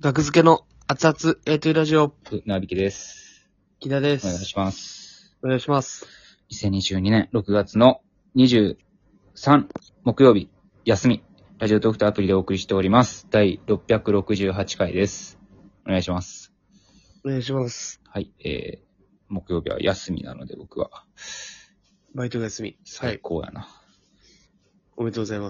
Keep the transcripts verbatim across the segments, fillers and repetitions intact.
学付けの熱々 エーツー ラジオ、 なびきです。 木田でお願いす。 します。 お願いします。 にせんにじゅうにねんろくがつのにじゅうさん木曜日、休み、ラジオトークとアプリでお送りしております。だいろっぴゃくろくじゅうはちかいです。お願いします。 お願いします。 はい、えー、木曜日は休みなので僕は。 バイトが休み。は最い。 高やな。 おめでとうございます。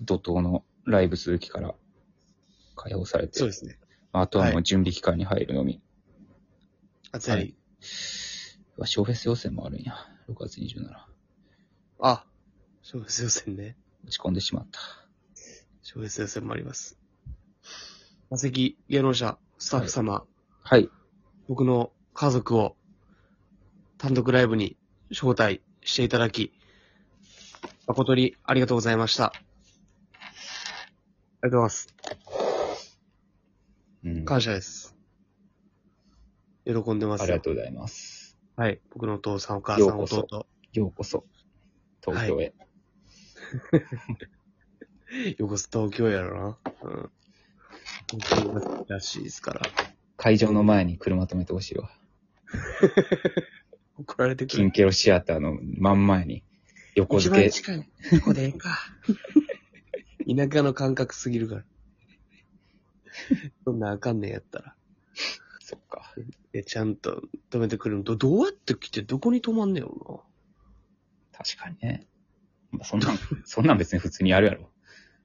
怒涛のライブ続きから解放されて。 そうですね。 あとはもはいう準備期間に入るのみ。 暑い。はい、 うわ小フェス予選もあるんや。ろくがつにじゅうしち。 あ、小フェス予選ね。 落ち込んでしまった。 小フェス予選もあります。マセキ芸能者スタッフ様、 はい。はい、 僕の家族を単独ライブに招待していただき、誠にありがとうございました。ありがとうございます。 うん、 感謝です。喜んでますよ。 ありがとうございます。 はい。僕のお父さん、お母さん、弟。 ようこそ、東京へ。 はい、ようこそ東京やろな。うん。東京らしいですから。 会場の前に車止めてほしいわ。 怒られてくる。 キンケロシアターの真ん前に横付け。 一番近い。ここでええか。田舎の感覚すぎるから。そんなあかんねんやったら。 そっか。 え、ちゃんと止めてくるのと、どうやって来てどこに止まんねんよ確かにね。まあ、そんなん、そんなん別に普通にやるやろ。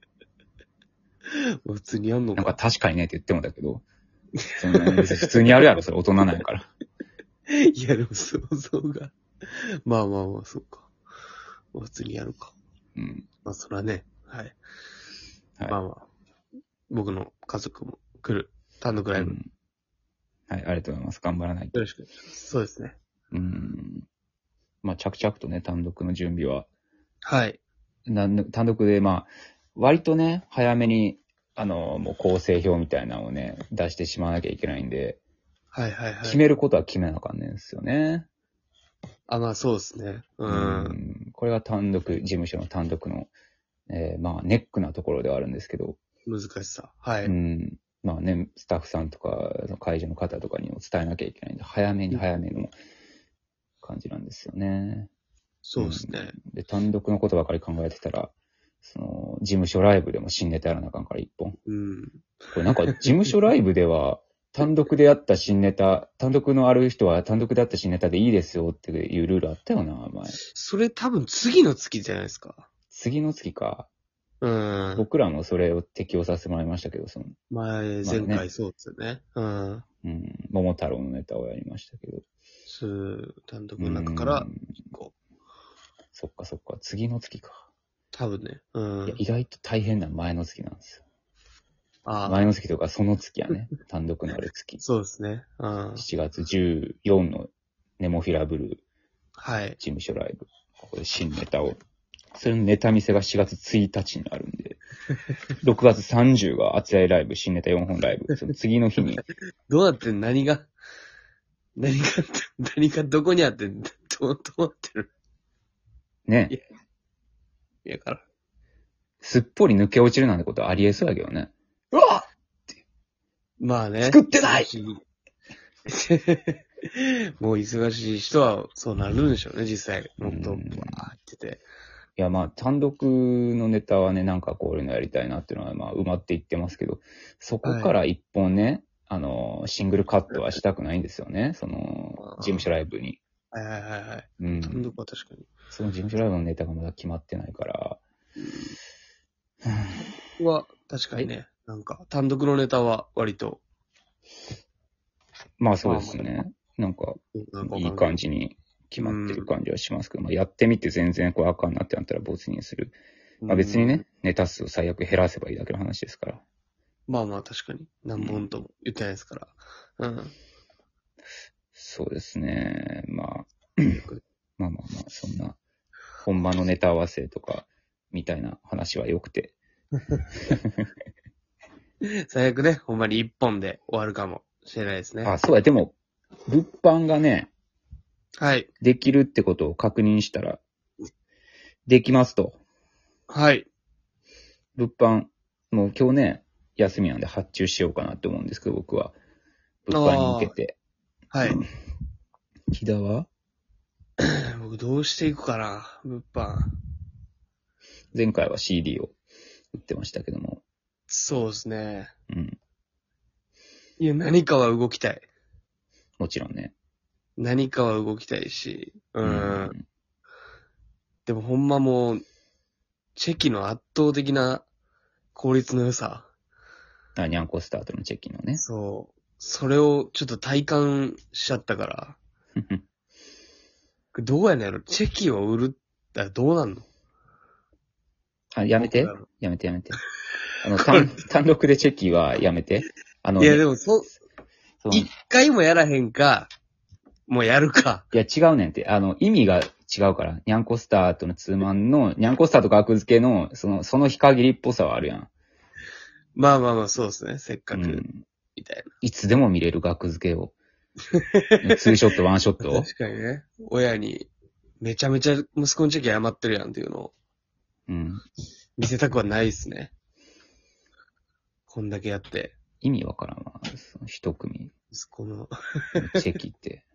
な。普通にやんのか。 なんか確かにねって言ってもだけど、そんな別に普通にやるやろ、それ大人なんやから。 いや、でも想像が。まあまあまあ、そうか。まあ、普通にやるか。 うん。 まあ、そらね。はい。 はい、 まあまあ。僕の家族も来る単独ライブ。 うん。はい、ありがとうございます。頑張らないと。 よろしくお願いします。そうですね。 うん。まあ、着々とね、単独の準備は。 はい。 なん単独で、まあ、割とね、早めに、あの、もう構成表みたいなのをね、出してしまわなきゃいけないんで、 はいはいはい。 決めることは決めなあかんねんですよね。 あ、まあそうですね。う。 うんん。これが単独、事務所の単独の、えー、まあ、ネックなところではあるんですけど、 難しさ。はい。 うん。まあね、スタッフさんとか、会場の方とかにも伝えなきゃいけないんで、早めに早めの感じなんですよね。 そうですね、 うん。で、単独のことばかり考えてたら、その、事務所ライブでも新ネタやらなあかんから一本。 うん。 これなんか、事務所ライブでは、単独でやった新ネタ、単独のある人は単独でやった新ネタでいいですよっていうルールあったよな、前。 それ多分次の月じゃないですか。 次の月か。 うん。 僕らもそれを適用させてもらいましたけど、その、 前、 まあね前回そうですよね。うん。 うん、桃太郎のネタをやりましたけど。 そう、単独の中からうん、 こう、 そっかそっか、次の月か。 多分ね。ういや、 ん。 意外と大変な前の月なんですよ。 ああ。 前の月とかその月やね。単独のある月。 そうですね。うん。 しちがつじゅうよっかのネモフィラブルーはい。 事務所ライブ。ここで新ネタを。それのネタ見せがしちがつついたちになるんで。ろくがつさんじゅうが熱いライブ、新ネタよんほんライブ。その次の日に。 どうなってん何が、何が、何がどこにあってんどう、どうなってるね。 いやから。 すっぽり抜け落ちるなんてことはありえそうやけどね。 うわまあね。 作ってないもう忙しい人はそうなるんでしょうね、実際。もっと、バーうんってて。 いや、まあ、単独のネタはね、なんかこういうのやりたいなっていうのは、まあ、埋まっていってますけど、そこから一本ね、あの、シングルカットはしたくないんですよね。その、事務所ライブに。 はいはいはいはい。 うん。 単独は確かに。 その事務所ライブのネタがまだ決まってないから。 うん、は、確かにね、なんか、単独のネタは割と。 まあそうですね。なんか、いい感じに決まってる感じはしますけど、まあやってみて全然これあかんなってなったら没入する。まあ別にね、ネタ数を最悪減らせばいいだけの話ですから。 まあまあ確かに。何本とも言ってないですから。うん。 そうですね。まあ、まあまあまあ、そんな、本番のネタ合わせとか、みたいな話は良くて。 最悪ね、ほんまに一本で終わるかもしれないですね。 あ、そうや、でも、物販がね、 はい。 できるってことを確認したら、できますと。 はい。 物販、もう今日ね、 休みなんで発注しようかなって思うんですけど、僕は。物販に向けて。 はい。 木田は僕どうしていくかな、物販。 前回は シーディー を売ってましたけども。 そうですね。 うん。 いや、何かは動きたい。 もちろんね。 何かは動きたいし。う。 うんん。 でもほんまもう、チェキの圧倒的な効率の良さ。 あ、ニャンコスタートのチェキのね。 そう。それをちょっと体感しちゃったから。どうやねんやろ、チェキを売るったらどうなんの？ あ、やめて僕らの。 やめてやめて。あの、単、単独でチェキはやめて。あの、 いやでもそ、 その一回もやらへんか、もうやるか。 いや違うねんって。あの、意味が違うから。ニャンコスタートのツーマンの、ニャンコスターと格付けの、その、その日限りっぽさはあるやん。 まあまあまあ、そうですね。せっかく、 うん。 みたいいつでも見れる額付けを。ツーショット、ワンショッな。 ト確かにね。親に、めちゃめちゃ息子のチェキ余ってるやんっていうのをうん。 見せたくはないですね。こんだけやって、 意味わからんわ。その一組、 息子の。 チェキって。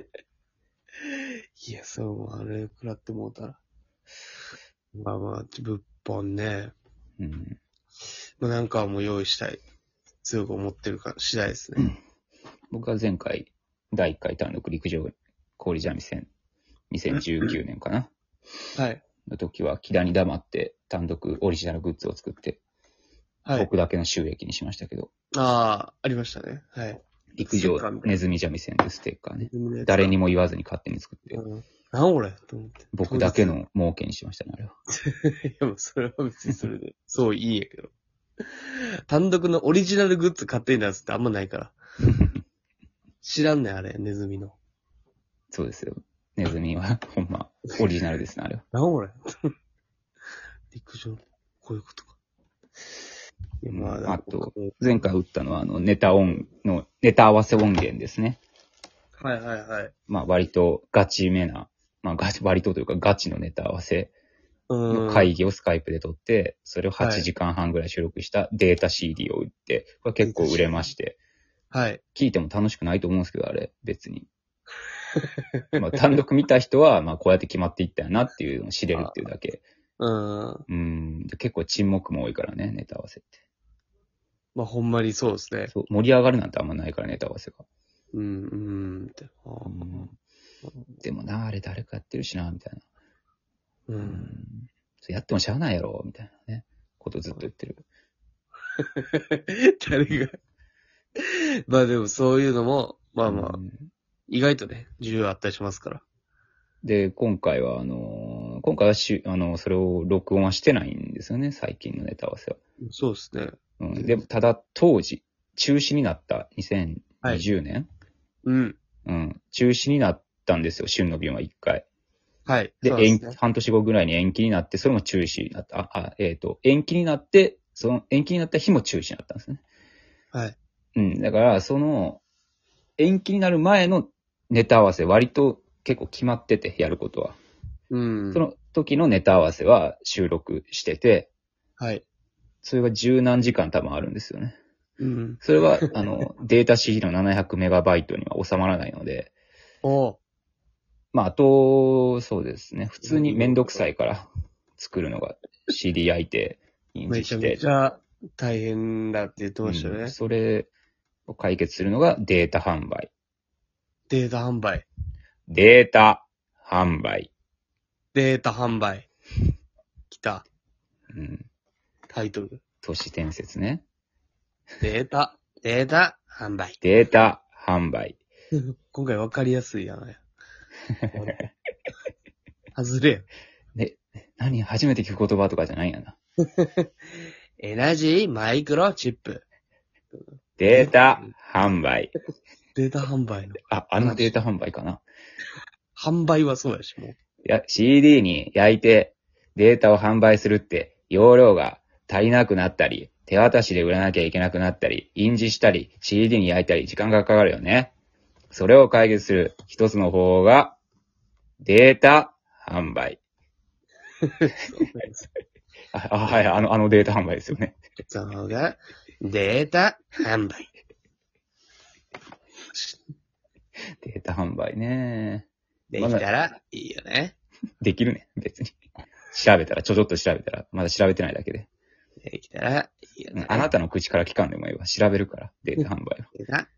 いや、そう、あれ食らってもうたら。まあまあ、物販ね。 うん。 まあなんかはもう用意したい。強く思ってるか次第ですね。 僕は前回、だいいっかい単独陸上氷三味線、にせんじゅうきゅうねんかな。 はい。 の時は、木田に黙って単独オリジナルグッズを作って、 はい。 僕だけの収益にしましたけど、 ああ、ありましたね。はい。 陸上ステッカーみたいなネズミ三味線でステッカーね。 誰誰にも。 も言わずに勝手に作って、 うん。なん俺と思って。 僕だけの儲けにしましたね、あれは。 いや、もうそれは別にそれで、そういいんやけど。単独のオリジナルグッズ勝手に出すってあんまないから。知らんねん、あれ、ネズミの。 そうですよ。ネズミは、ほんま、オリジナルですね、あれは。 なん俺陸上、こういうことか。いや、まあ、 あと、前回打ったのは、あの、ネタ音の、ネタ合わせ音源ですね。 はいはいはい。 まあ、割とガチめな、まあ、ガチ、割とというかガチのネタ合わせうん。 の会議をスカイプで撮って、それをはいはちじかんはんぐらい収録したデータ シーディー を売って、これ結構売れまして、 はい。 聞いても楽しくないと思うんですけど、あれ、別に。まあ、単独見た人は、まあ、こうやって決まっていったよなっていうのを知れるっていうだけ。 うん。 うん。で結構沈黙も多いからね、ネタ合わせって。 まあ、ほんまにそうですね。 そう、盛り上がるなんてあんまないから、ネタ合わせが。 うん、うん、って。あーうんでもな、あれ誰かやってるしな、みたいな。 う。 うんん。それやってもしゃあないやろ、みたいなね。ことずっと言ってる。 誰が。まあでもそういうのも、まあまあう、ん意外とね、重要あったりしますから。 で、今回は、あのー今回はし、あの、それを録音はしてないんですよね、最近のネタ合わせは。 そうですね。 うん。でも、ただ、当時、中止になったにせんにじゅうねん、 うん。 うん。中止になったんですよ、旬の便は一回。 はい。 で、 そうですね。 延半年後ぐらいに延期になって、それも中止になった。あ、あえっ、と、延期になって、その延期になった日も中止になったんですね。 はい。 うん。だから、その、延期になる前のネタ合わせ、割と結構決まってて、やることは。 うん。 その時のネタ合わせは収録してて、 はい。 それが十何時間多分あるんですよね。 うん。 それは、あの、データ シーディー のななひゃくメガバイトには収まらないので、 おう。 まあ、あと、そうですね。普通にめんどくさいから作るのが シーディー 焼いて、印めちゃ字して。 めちゃ大変だって言ってましたよね。 うんそれを解決するのがデータ販売。 データ販売。 データ販売。 データ販売。来た。 うん。 タイトル。 都市伝説ね。 データ、データ販売。 データ販売。 今回わかりやすいやな。外れや。 何初めて聞く言葉とかじゃないんやな。 エナジーマイクロチップ。 データ販売。 データ販売の。 あ、あのデータ販売かな。 販売はそうやし、もう。 いや、シーディー に焼いてデータを販売するって容量が足りなくなったり、手渡しで売らなきゃいけなくなったり、印字したり、シーディー に焼いたり時間がかかるよね。それを解決する一つの方法がデータ販売。あ、あはい、あの、あのデータ販売ですよね。 そのが、 データ販売。 データ販売ね。 できたらいいよね。 できるね、別に。調べたら、ちょちょっと調べたら、まだ調べてないだけで。 できたらいいよね。 あなたの口から聞かんでもいいわ。調べるから、データ販売を。 データ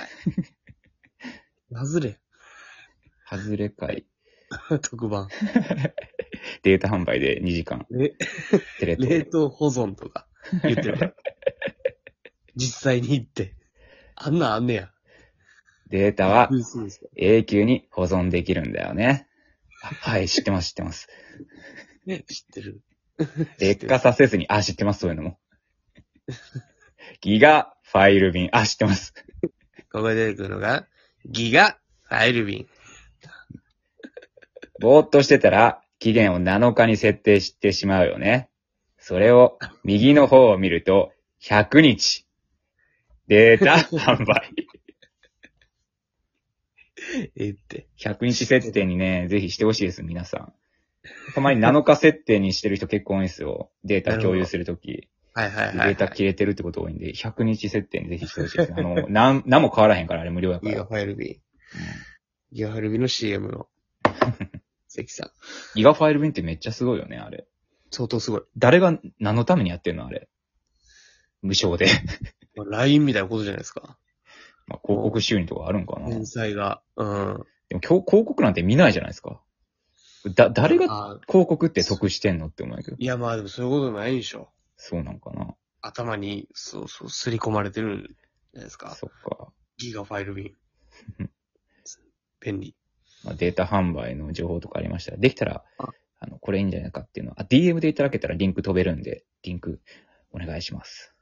販売。外れ。 外れ会。 特番。 データ販売でにじかん。 えテレ東。 冷凍保存とか言ってるから。実際に行って。あんなんあんねや。 データはびっくりするんですか永久に保存できるんだよね。はい、知ってます、知ってます。 知ってる。 劣化させずに、あ、知ってます、そういうのも。ギガファイル便、あ、知ってます。 ここで出てくるのが、ギガファイル便。 ぼーっとしてたら、期限をなのかに設定してしまうよね。それを、右の方を見ると、ひゃくにち。データ販売。 えって。 ひゃくにち設定にね、ぜひしてほしいです、皆さん。たまになのか設定にしてる人結構多いんですよ。データ共有するとき。 はいはいはい、はい。 データ切れてるってこと多いんで、ひゃくにち設定にぜひしてほしいです。あの、なん、なんも変わらへんから、あれ無料やから。 ギガファイル便。ギガファイル便の シーエム の関さん。 ギガファイル便ってめっちゃすごいよね、あれ。 相当すごい。 誰が何のためにやってんのあれ。無償で。 ライン みたいなことじゃないですか。 まあ、広告収入とかあるんかな。 連載が。うん。 でも今日広告なんて見ないじゃないですか。だ、誰があ広告って得してんのって思うんやけど。 いやまあでもそういうことないでしょ。 そうなんかな。 頭に、そうそう、すり込まれてるんじゃないですか。 そっか。 ギガファイル便。便利。 まあ、データ販売の情報とかありましたら、できたら、 ああの、これいいんじゃないかっていうのは、あ、ディーエム でいただけたらリンク飛べるんで、リンクお願いします。